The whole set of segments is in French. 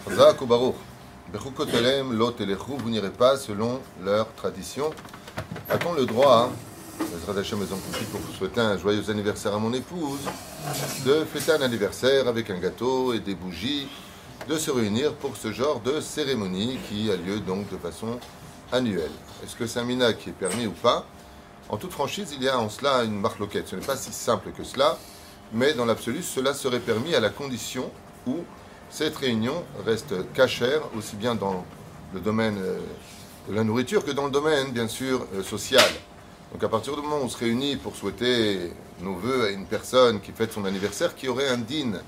Chazak ou Baruch. Bechukotelem, lot et lechou, vous n'irez pas selon leur tradition. A-t-on le droit, Bezrat Hashem, maison compris, pour vous souhaiter un joyeux anniversaire à mon épouse, de fêter un anniversaire avec un gâteau et des bougies, de se réunir pour ce genre de cérémonie qui a lieu donc de façon annuelle. Est-ce que c'est un mina qui est permis ou pas? En toute franchise, il y a en cela une marloquette. Ce n'est pas si simple que cela, mais dans l'absolu, cela serait permis à la condition où cette réunion reste cachère, aussi bien dans le domaine de la nourriture que dans le domaine, bien sûr, social. Donc à partir du moment où on se réunit pour souhaiter nos vœux à une personne qui fête son anniversaire, qui aurait un din,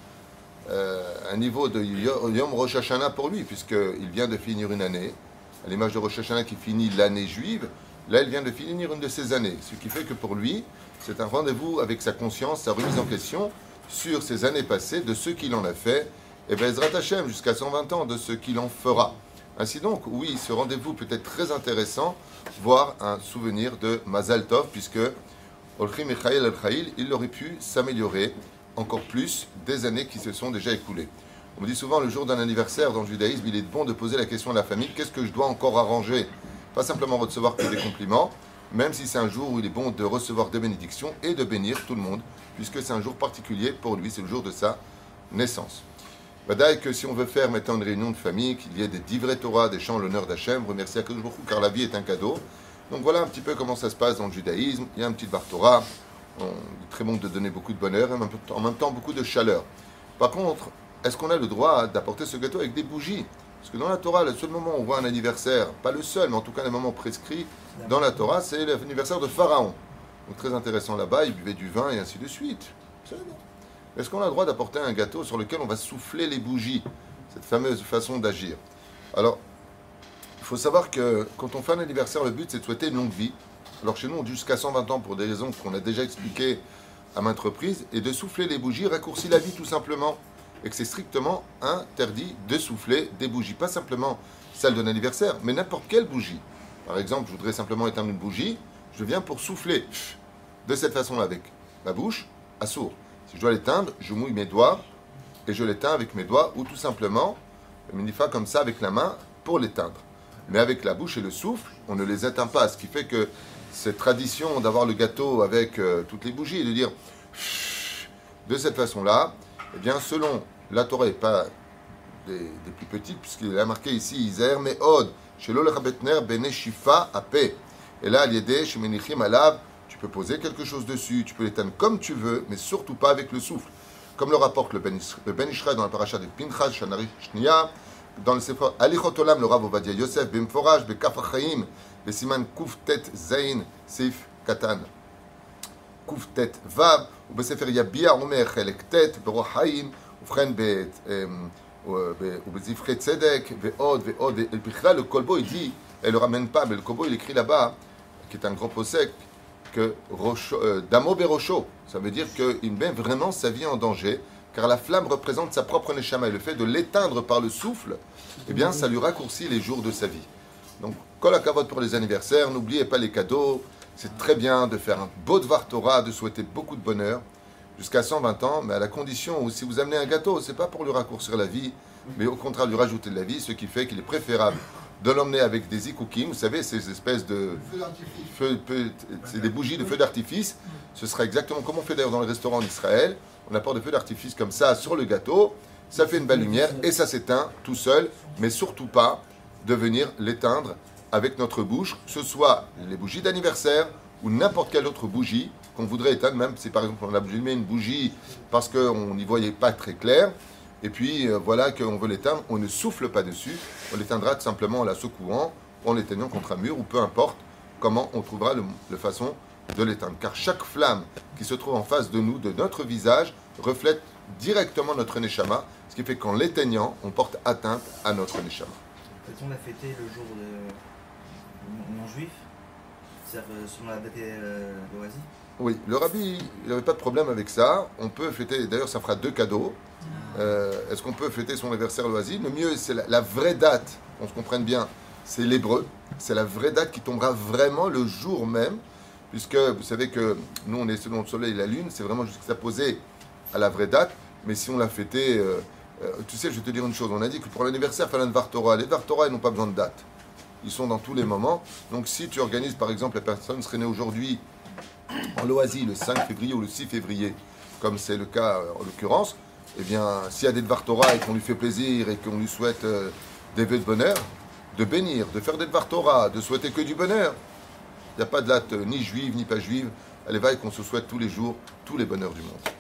un niveau de Yom Rosh Hashanah pour lui, puisqu'il vient de finir une année, à l'image de Rosh Hashanah qui finit l'année juive, là il vient de finir une de ses années, ce qui fait que pour lui, c'est un rendez-vous avec sa conscience, sa remise en question sur ses années passées, de ce qu'il en a fait, et Bezrat Hashem, jusqu'à 120 ans, de ce qu'il en fera. Ainsi donc, oui, ce rendez-vous peut être très intéressant, voire un souvenir de Mazal Tov, puisque Olchim Echaïl El-Chaïl, il aurait pu s'améliorer encore plus des années qui se sont déjà écoulées. On me dit souvent, le jour d'un anniversaire dans le judaïsme, il est bon de poser la question à la famille, qu'est-ce que je dois encore arranger? Pas simplement recevoir que des compliments, même si c'est un jour où il est bon de recevoir des bénédictions et de bénir tout le monde, puisque c'est un jour particulier pour lui, c'est le jour de sa naissance. Badaï que si on veut faire maintenant une réunion de famille, qu'il y ait des divrei Torah, des chants en l'honneur d'Hachem, remercier Akadosh Baruch Hu, car la vie est un cadeau. Donc voilà un petit peu comment ça se passe dans le judaïsme. Il y a un petit bar Torah, il est très bon de donner beaucoup de bonheur et en même temps beaucoup de chaleur. Par contre, est-ce qu'on a le droit d'apporter ce gâteau avec des bougies? Parce que dans la Torah, le seul moment où on voit un anniversaire, pas le seul, mais en tout cas le moment prescrit dans la Torah, c'est l'anniversaire de Pharaon. Donc très intéressant là-bas, il buvait du vin et ainsi de suite. C'est bon. Est-ce qu'on a le droit d'apporter un gâteau sur lequel on va souffler les bougies? Cette fameuse façon d'agir. Alors, il faut savoir que quand on fait un anniversaire, le but c'est de souhaiter une longue vie. Alors chez nous, on dit jusqu'à 120 ans pour des raisons qu'on a déjà expliquées à maintes reprises. Et de souffler les bougies raccourcit la vie tout simplement. Et que c'est strictement interdit de souffler des bougies. Pas simplement celle d'un anniversaire, mais n'importe quelle bougie. Par exemple, je voudrais simplement éteindre une bougie. Je viens pour souffler de cette façon-là avec ma bouche à sourd. Si je dois l'éteindre, je mouille mes doigts et je l'éteins avec mes doigts ou tout simplement, le minifa comme ça avec la main pour l'éteindre. Mais avec la bouche et le souffle, on ne les éteint pas. Ce qui fait que cette tradition d'avoir le gâteau avec toutes les bougies et de dire de cette façon-là, eh bien selon la Torah et pas des plus petites, puisqu'il a marqué ici Izer Me'od, Shelo Lechabetner Bene Shifa Ape. Et là, Aliede Shemenichim Alav. Tu peux poser quelque chose dessus, tu peux l'éteindre comme tu veux, mais surtout pas avec le souffle. Comme le rapporte le Ben Ishraï dans la paracha de Pinchas, Shanari Shniya, dans le Sefer Alichot Olam, le Rav Ovadia Yosef, Bemforaj, Bekaf HaChaim, Besiman Kuf Tet Zain, Seif Katan, Kuf Tet Vav, ou Besefer Yabia Omer, Chelek Tet, Beroch Haim, Ufren Bezifre Tzedek, Veod, et Pichra, le Kolbo, il dit, elle ne le ramène pas, mais le Kolbo, il écrit là-bas, qui est un gros possèque, que Damo Berosho, ça veut dire qu'il met vraiment sa vie en danger, car la flamme représente sa propre neshama, et le fait de l'éteindre par le souffle, eh bien, ça lui raccourcit les jours de sa vie. Donc, kol hakavod pour les anniversaires, n'oubliez pas les cadeaux, c'est très bien de faire un beau dvar Torah, de souhaiter beaucoup de bonheur, jusqu'à 120 ans, mais à la condition où si vous amenez un gâteau, c'est pas pour lui raccourcir la vie, mais au contraire lui rajouter de la vie, ce qui fait qu'il est préférable de l'emmener avec des ikukim, vous savez, ces espèces de c'est des bougies de feu d'artifice. Ce sera exactement comme on fait d'ailleurs dans les restaurants en Israël. On apporte des feux d'artifice comme ça sur le gâteau, ça fait une belle lumière et ça s'éteint tout seul, mais surtout pas de venir l'éteindre avec notre bouche, que ce soit les bougies d'anniversaire ou n'importe quelle autre bougie qu'on voudrait éteindre, même si par exemple on a allumé une bougie parce qu'on n'y voyait pas très clair. Et puis voilà qu'on veut l'éteindre, on ne souffle pas dessus, on l'éteindra tout simplement en la secouant, en l'éteignant contre un mur, ou peu importe comment on trouvera la façon de l'éteindre. Car chaque flamme qui se trouve en face de nous, de notre visage, reflète directement notre neshama, ce qui fait qu'en l'éteignant, on porte atteinte à notre neshama. Peut-on la fêter le jour non juif, selon la date d'Oasis? Oui, le rabbi, il n'avait pas de problème avec ça. On peut fêter, d'ailleurs ça fera 2 cadeaux. Est-ce qu'on peut fêter son anniversaire loisir? Le mieux, c'est la vraie date, on se comprenne bien, c'est l'hébreu. C'est la vraie date qui tombera vraiment le jour même, puisque vous savez que nous, on est selon le soleil et la lune, c'est vraiment juste que ça posé à la vraie date. Mais si on l'a fêté Tu sais, je vais te dire une chose. On a dit que pour l'anniversaire, il fallait un Dvar Torah. Les Dvar Torah, ils n'ont pas besoin de date. Ils sont dans tous les moments. Donc si tu organises, par exemple, la personne serait née aujourd'hui en Loasie, le 5 février ou le 6 février, comme c'est le cas en l'occurrence, eh bien, s'il y a des Dvar Torah et qu'on lui fait plaisir et qu'on lui souhaite des vœux de bonheur, de bénir, de faire des Dvar Torah, de souhaiter que du bonheur. Il n'y a pas de date ni juive ni pas juive. Allez, va et qu'on se souhaite tous les jours tous les bonheurs du monde.